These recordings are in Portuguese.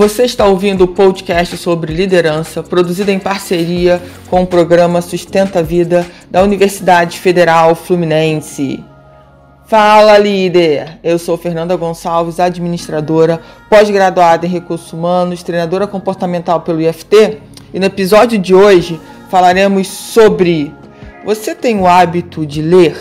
Você está ouvindo o podcast sobre liderança, produzido em parceria com o programa Sustenta a Vida da Universidade Federal Fluminense. Fala, líder! Eu sou Fernanda Gonçalves, administradora, pós-graduada em Recursos Humanos, treinadora comportamental pelo IFT, e no episódio de hoje falaremos sobre: você tem o hábito de ler?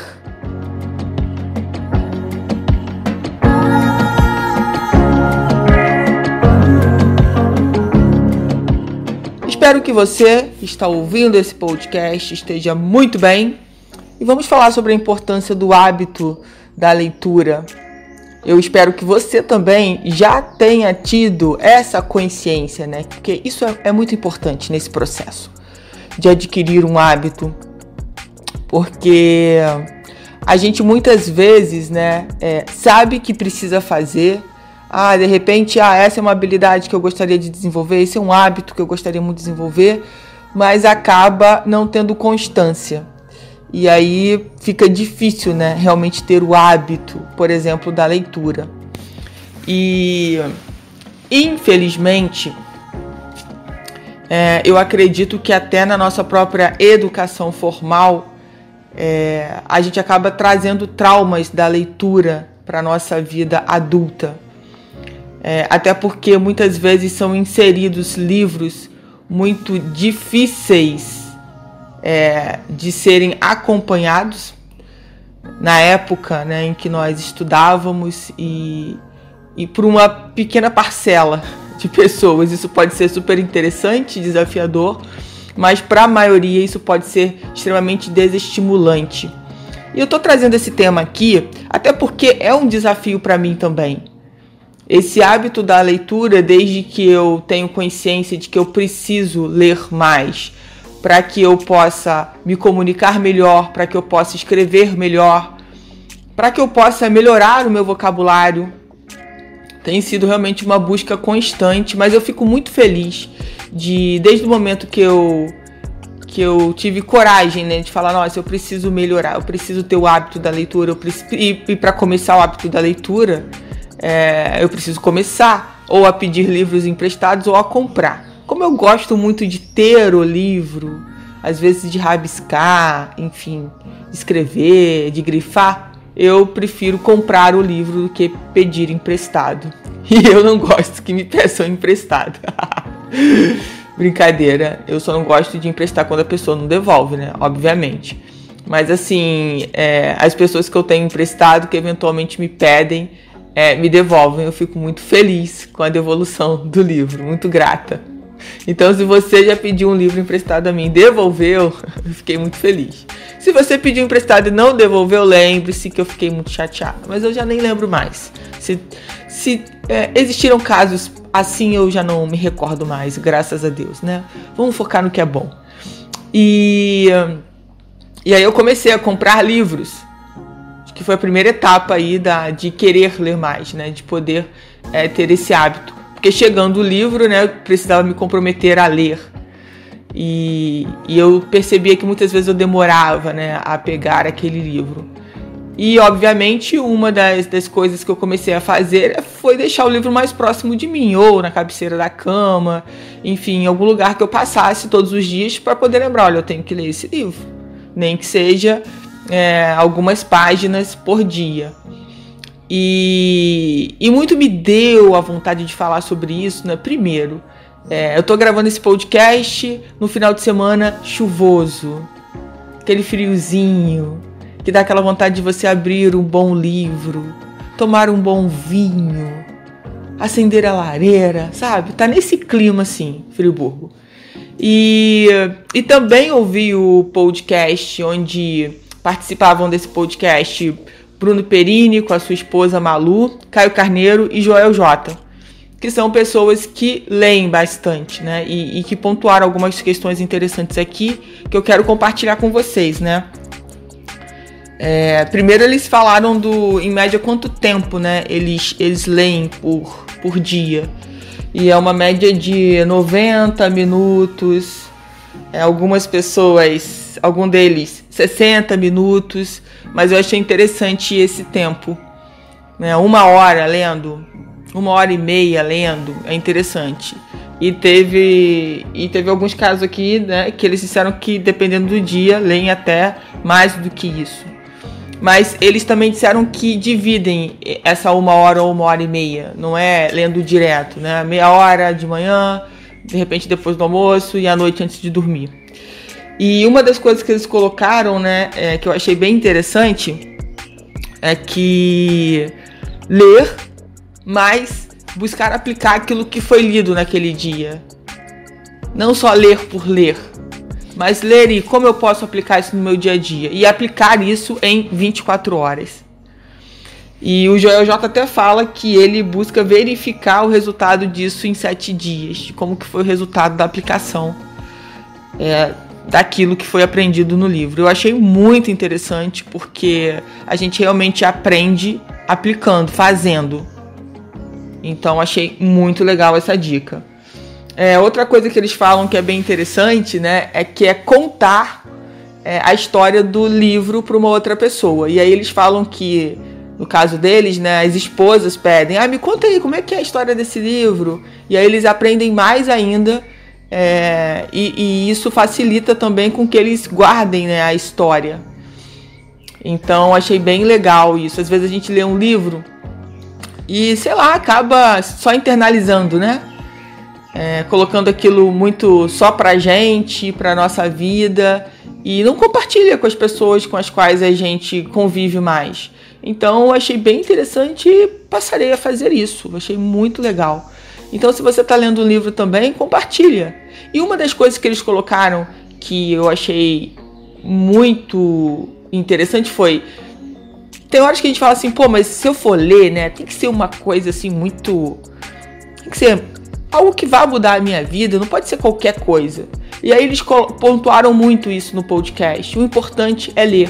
Espero que você que está ouvindo esse podcast esteja muito bem e vamos falar sobre a importância do hábito da leitura. Eu espero que você também já tenha tido essa consciência, né? Porque isso é muito importante nesse processo de adquirir um hábito, porque a gente muitas vezes, né, sabe que precisa fazer. De repente, essa é uma habilidade que eu gostaria de desenvolver, esse é um hábito que eu gostaria muito de desenvolver, mas acaba não tendo constância. E aí fica difícil, né, realmente ter o hábito, por exemplo, da leitura. E, infelizmente, eu acredito que até na nossa própria educação formal, a gente acaba trazendo traumas da leitura para a nossa vida adulta. Até porque muitas vezes são inseridos livros muito difíceis de serem acompanhados na época, né, em que nós estudávamos e por uma pequena parcela de pessoas. Isso pode ser super interessante, desafiador, mas para a maioria isso pode ser extremamente desestimulante. E eu estou trazendo esse tema aqui até porque é um desafio para mim também. Esse hábito da leitura, desde que eu tenho consciência de que eu preciso ler mais, para que eu possa me comunicar melhor, para que eu possa escrever melhor, para que eu possa melhorar o meu vocabulário, tem sido realmente uma busca constante, mas eu fico muito feliz desde o momento que eu tive coragem, né, de falar, nossa, eu preciso melhorar, eu preciso ter o hábito da leitura, e para começar o hábito da leitura, eu preciso começar ou a pedir livros emprestados ou a comprar. Como eu gosto muito de ter o livro, às vezes de rabiscar, enfim, de escrever, de grifar, eu prefiro comprar o livro do que pedir emprestado. E eu não gosto que me peçam emprestado. Brincadeira, eu só não gosto de emprestar quando a pessoa não devolve, né? Obviamente. Mas assim, as pessoas que eu tenho emprestado, que eventualmente me pedem, me devolvem. Eu fico muito feliz com a devolução do livro, muito grata. Então, se você já pediu um livro emprestado a mim e devolveu, eu fiquei muito feliz. Se você pediu emprestado e não devolveu, lembre-se que eu fiquei muito chateada. Mas eu já nem lembro mais. Se existiram casos assim, eu já não me recordo mais, graças a Deus, né? Vamos focar no que é bom. E aí eu comecei a comprar livros, que foi a primeira etapa aí de querer ler mais, né? De poder ter esse hábito. Porque chegando o livro, né, eu precisava me comprometer a ler. E eu percebia que muitas vezes eu demorava, né, a pegar aquele livro. E, obviamente, uma das coisas que eu comecei a fazer foi deixar o livro mais próximo de mim, ou na cabeceira da cama, enfim, em algum lugar que eu passasse todos os dias para poder lembrar, olha, eu tenho que ler esse livro. Nem que seja algumas páginas por dia. E muito me deu a vontade de falar sobre isso, né? Primeiro, eu tô gravando esse podcast no final de semana chuvoso, aquele friozinho, que dá aquela vontade de você abrir um bom livro, tomar um bom vinho, acender a lareira, sabe? Tá nesse clima assim, Friburgo. E também ouvi o podcast onde participavam desse podcast Bruno Perini com a sua esposa Malu, Caio Carneiro e Joel J, que são pessoas que leem bastante, né? E que pontuaram algumas questões interessantes aqui que eu quero compartilhar com vocês, né? Primeiro eles falaram em média, quanto tempo, né, eles leem por dia. E é uma média de 90 minutos, algumas pessoas, algum deles 60 minutos, mas eu achei interessante esse tempo, né? 1 hora lendo, 1h30 lendo, é interessante. E teve alguns casos aqui, né, que eles disseram que dependendo do dia, leem até mais do que isso. Mas eles também disseram que dividem essa 1h ou 1h30, não é lendo direto, né? Meia hora de manhã, de repente depois do almoço e à noite antes de dormir. E uma das coisas que eles colocaram, né, que eu achei bem interessante, é que ler, mas buscar aplicar aquilo que foi lido naquele dia. Não só ler por ler, mas ler e como eu posso aplicar isso no meu dia a dia. E aplicar isso em 24 horas. E o Joel J até fala que ele busca verificar o resultado disso em 7 dias. Como que foi o resultado da aplicação daquilo que foi aprendido no livro. Eu achei muito interessante porque a gente realmente aprende aplicando, fazendo. Então achei muito legal essa dica. Outra coisa que eles falam que é bem interessante, né, é que é contar a história do livro para uma outra pessoa. E aí eles falam que, no caso deles, né, as esposas pedem, me conta aí, como é que é a história desse livro? E aí eles aprendem mais ainda, e isso facilita também com que eles guardem, né, a história. Então achei bem legal isso. Às vezes a gente lê um livro e, sei lá, acaba só internalizando, né? Colocando aquilo muito só pra gente, pra nossa vida, e não compartilha com as pessoas com as quais a gente convive mais. Então eu achei bem interessante e passarei a fazer isso. Eu achei muito legal. Então, se você está lendo um livro também, compartilha. E uma das coisas que eles colocaram que eu achei muito interessante foi... Tem horas que a gente fala assim, mas se eu for ler, né, tem que ser uma coisa assim muito... Tem que ser algo que vai mudar a minha vida, não pode ser qualquer coisa. E aí eles pontuaram muito isso no podcast. O importante é ler.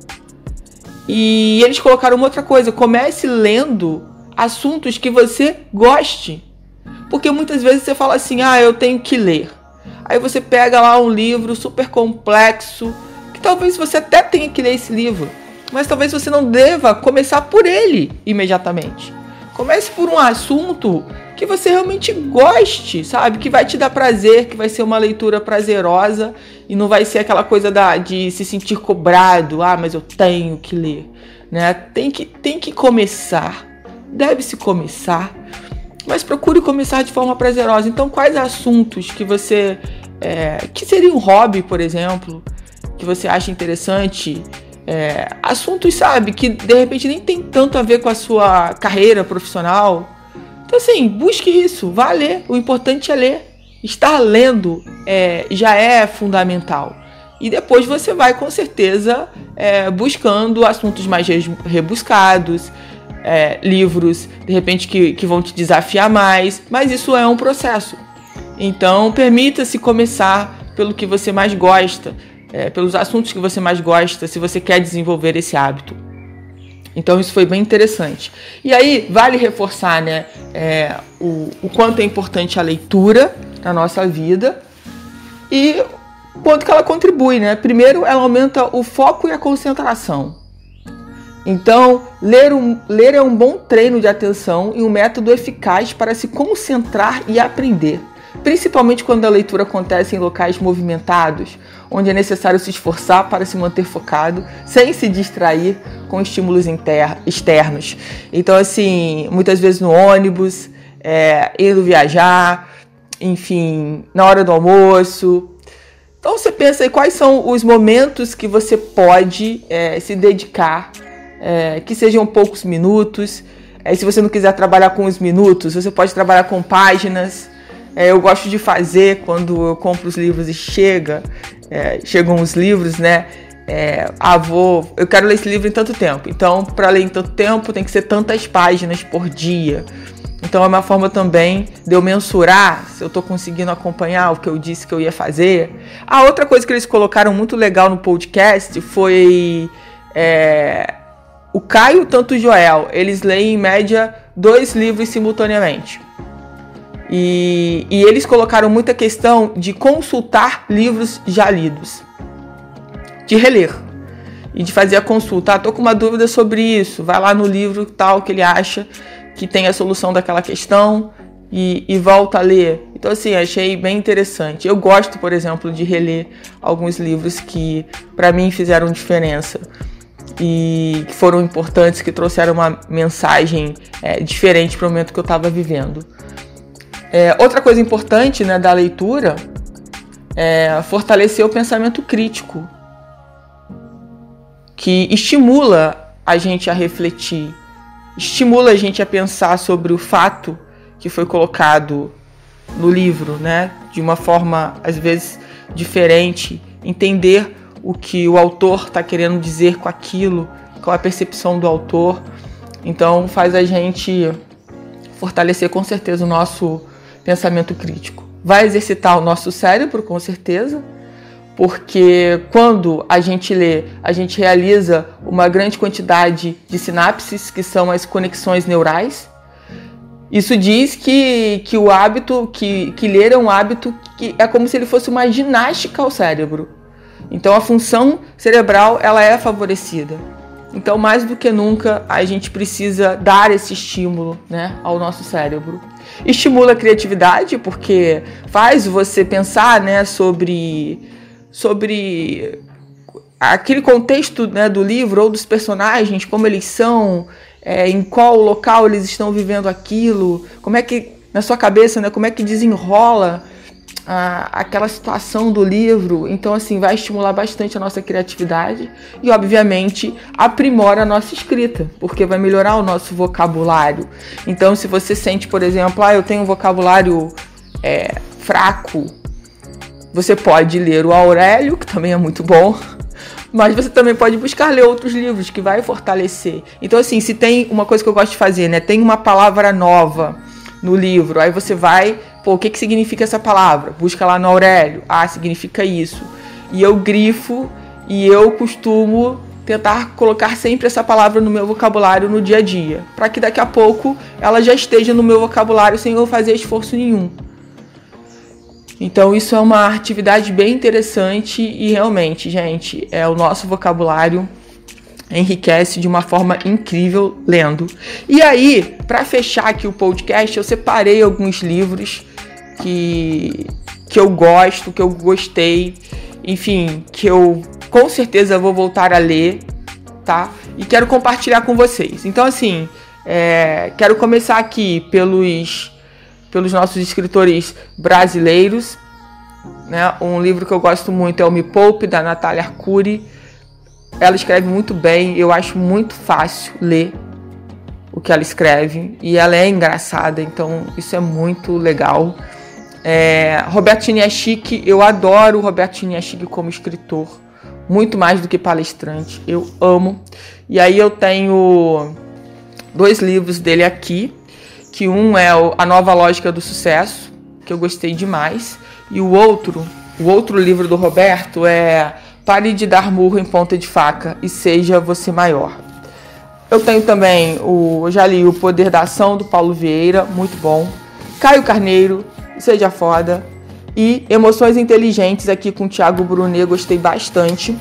E eles colocaram uma outra coisa, comece lendo assuntos que você goste. Porque muitas vezes você fala assim, eu tenho que ler. Aí você pega lá um livro super complexo, que talvez você até tenha que ler esse livro, mas talvez você não deva começar por ele imediatamente. Comece por um assunto que você realmente goste, sabe? Que vai te dar prazer, que vai ser uma leitura prazerosa e não vai ser aquela coisa de se sentir cobrado. Mas eu tenho que ler, né? Tem que começar. Deve-se começar, mas procure começar de forma prazerosa. Então, quais assuntos que você... que seria um hobby, por exemplo, que você acha interessante... assuntos, sabe, que de repente nem tem tanto a ver com a sua carreira profissional. Então, assim, busque isso, vá ler. O importante é ler. Estar lendo já é fundamental. E depois você vai, com certeza, buscando assuntos mais rebuscados, livros, de repente, que vão te desafiar mais. Mas isso é um processo. Então, permita-se começar pelo que você mais gosta. Pelos assuntos que você mais gosta, se você quer desenvolver esse hábito. Então isso foi bem interessante. E aí vale reforçar, né, o quanto é importante a leitura na nossa vida e o quanto que ela contribui, né? Primeiro, ela aumenta o foco e a concentração. Então, ler é um bom treino de atenção e um método eficaz para se concentrar e aprender. Principalmente quando a leitura acontece em locais movimentados, onde é necessário se esforçar para se manter focado, sem se distrair com estímulos externos. Então, assim, muitas vezes no ônibus, indo viajar, enfim, na hora do almoço. Então, você pensa aí quais são os momentos que você pode se dedicar, que sejam poucos minutos. Se você não quiser trabalhar com os minutos, você pode trabalhar com páginas. Eu gosto de fazer quando eu compro os livros e chegam os livros, né? Eu quero ler esse livro em tanto tempo. Então, para ler em tanto tempo, tem que ser tantas páginas por dia. Então, é uma forma também de eu mensurar se eu estou conseguindo acompanhar o que eu disse que eu ia fazer. A outra coisa que eles colocaram muito legal no podcast foi o Caio tanto o Joel. Eles leem, em média, 2 livros simultaneamente. E eles colocaram muita questão de consultar livros já lidos, de reler e de fazer a consulta. Tô com uma dúvida sobre isso, vai lá no livro tal que ele acha que tem a solução daquela questão e volta a ler. Então, assim, achei bem interessante. Eu gosto, por exemplo, de reler alguns livros que, para mim, fizeram diferença e que foram importantes, que trouxeram uma mensagem diferente para o momento que eu estava vivendo. Outra coisa importante, né, da leitura é fortalecer o pensamento crítico, que estimula a gente a refletir, estimula a gente a pensar sobre o fato que foi colocado no livro, né? De uma forma, às vezes, diferente, entender o que o autor está querendo dizer com aquilo, qual a percepção do autor. Então, faz a gente fortalecer, com certeza, o nosso pensamento crítico. Vai exercitar o nosso cérebro, com certeza, porque quando a gente lê, a gente realiza uma grande quantidade de sinapses, que são as conexões neurais. Isso diz que o hábito, que ler é um hábito que é como se ele fosse uma ginástica ao cérebro. Então a função cerebral, ela é favorecida. Então, mais do que nunca, a gente precisa dar esse estímulo, né, ao nosso cérebro. Estimula a criatividade, porque faz você pensar, né, sobre aquele contexto, né, do livro ou dos personagens, como eles são, em qual local eles estão vivendo aquilo, como é que, na sua cabeça, né, como é que desenrola aquela situação do livro. Então, assim, vai estimular bastante a nossa criatividade e, obviamente, aprimora a nossa escrita, porque vai melhorar o nosso vocabulário. Então, se você sente, por exemplo, eu tenho um vocabulário fraco, você pode ler o Aurélio, que também é muito bom, mas você também pode buscar ler outros livros que vai fortalecer. Então, assim, se tem uma coisa que eu gosto de fazer, né, tem uma palavra nova no livro, aí você vai, o que significa essa palavra? Busca lá no Aurélio. Significa isso. E eu grifo e eu costumo tentar colocar sempre essa palavra no meu vocabulário no dia a dia, para que daqui a pouco ela já esteja no meu vocabulário sem eu fazer esforço nenhum. Então isso é uma atividade bem interessante e realmente, gente, o nosso vocabulário enriquece de uma forma incrível lendo. E aí, para fechar aqui o podcast, eu separei alguns livros que eu gosto, que eu gostei, enfim, que eu com certeza vou voltar a ler, tá? E quero compartilhar com vocês. Então, assim, quero começar aqui pelos nossos escritores brasileiros, né? Um livro que eu gosto muito é o Me Poupe, da Natália Arcuri. Ela escreve muito bem, eu acho muito fácil ler o que ela escreve e ela é engraçada, então isso é muito legal. Roberto Chiniachik, eu adoro o Roberto Chiniachik como escritor, muito mais do que palestrante, eu amo. E aí eu tenho 2 livros dele aqui, que um é A Nova Lógica do Sucesso, que eu gostei demais, e o outro livro do Roberto é Pare de Dar Murro em Ponta de Faca e Seja Você Maior. Eu tenho também, já li O Poder da Ação, do Paulo Vieira, muito bom. Caio Carneiro, Seja Foda. E Emoções Inteligentes, aqui com o Thiago Brunet, gostei bastante.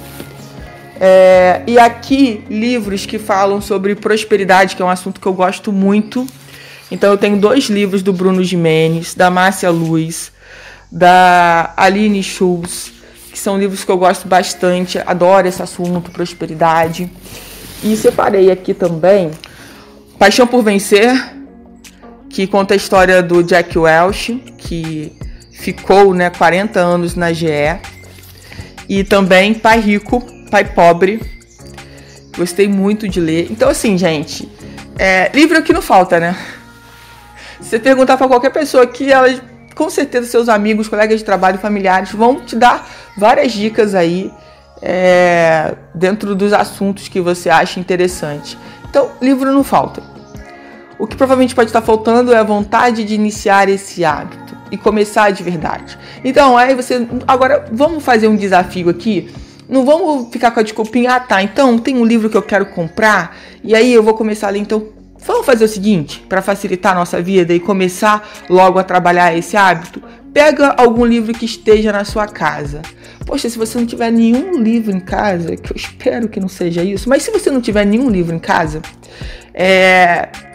E aqui, livros que falam sobre prosperidade, que é um assunto que eu gosto muito. Então eu tenho 2 livros do Bruno Gimenez, da Márcia Luz, da Aline Schulz, que são livros que eu gosto bastante, adoro esse assunto, prosperidade. E separei aqui também Paixão por Vencer, que conta a história do Jack Welch, que ficou, 40 anos na GE. E também Pai Rico, Pai Pobre. Gostei muito de ler. Então, assim, gente, livro aqui não falta, né? Se você perguntar para qualquer pessoa aqui, elas, com certeza, seus amigos, colegas de trabalho, familiares, vão te dar várias dicas aí dentro dos assuntos que você acha interessante. Então, livro não falta. O que provavelmente pode estar faltando é a vontade de iniciar esse hábito e começar de verdade. Então, aí agora, vamos fazer um desafio aqui. Não vamos ficar com a desculpinha, então tem um livro que eu quero comprar e aí eu vou começar a ler. Então, vamos fazer o seguinte, para facilitar a nossa vida e começar logo a trabalhar esse hábito? Pega algum livro que esteja na sua casa. Poxa, se você não tiver nenhum livro em casa, que eu espero que não seja isso, mas se você não tiver nenhum livro em casa,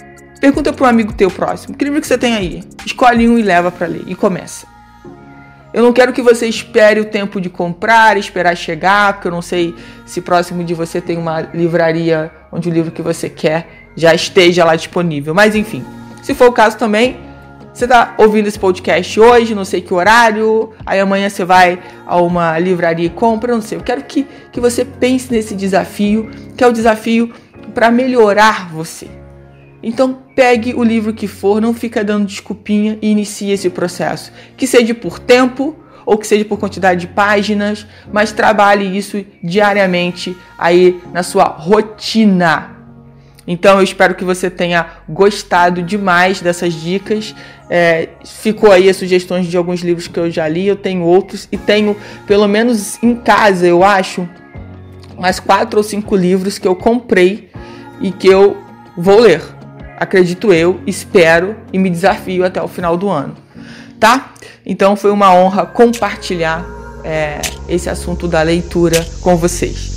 Pergunta para um amigo teu próximo, que livro que você tem aí? Escolhe um e leva para ler e começa. Eu não quero que você espere o tempo de comprar, esperar chegar, porque eu não sei se próximo de você tem uma livraria onde o livro que você quer já esteja lá disponível. Mas enfim, se for o caso também, você está ouvindo esse podcast hoje, não sei que horário, aí amanhã você vai a uma livraria e compra, não sei. Eu quero que você pense nesse desafio, que é o desafio para melhorar você. Então pegue o livro que for, não fica dando desculpinha e inicie esse processo. Que seja por tempo ou que seja por quantidade de páginas, mas trabalhe isso diariamente aí na sua rotina. Então eu espero que você tenha gostado demais dessas dicas. Ficou aí as sugestões de alguns livros que eu já li, eu tenho outros e tenho pelo menos em casa, eu acho, umas 4 ou 5 livros que eu comprei e que eu vou ler. Acredito eu, espero e me desafio até o final do ano, tá? Então foi uma honra compartilhar esse assunto da leitura com vocês.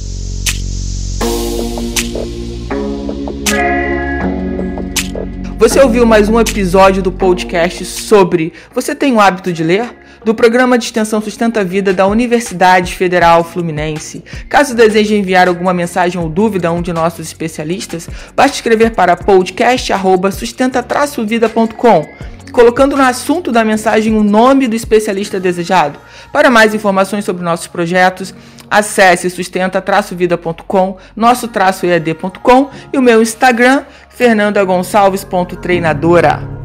Você ouviu mais um episódio do podcast sobre Você tem o hábito de ler? Do programa de extensão Sustenta a Vida da Universidade Federal Fluminense. Caso deseje enviar alguma mensagem ou dúvida a um de nossos especialistas, basta escrever para podcast@sustenta-vida.com, colocando no assunto da mensagem o nome do especialista desejado. Para mais informações sobre nossos projetos, acesse sustenta-vida.com, nosso-ead.com e o meu Instagram, fernandagonçalves.treinadora.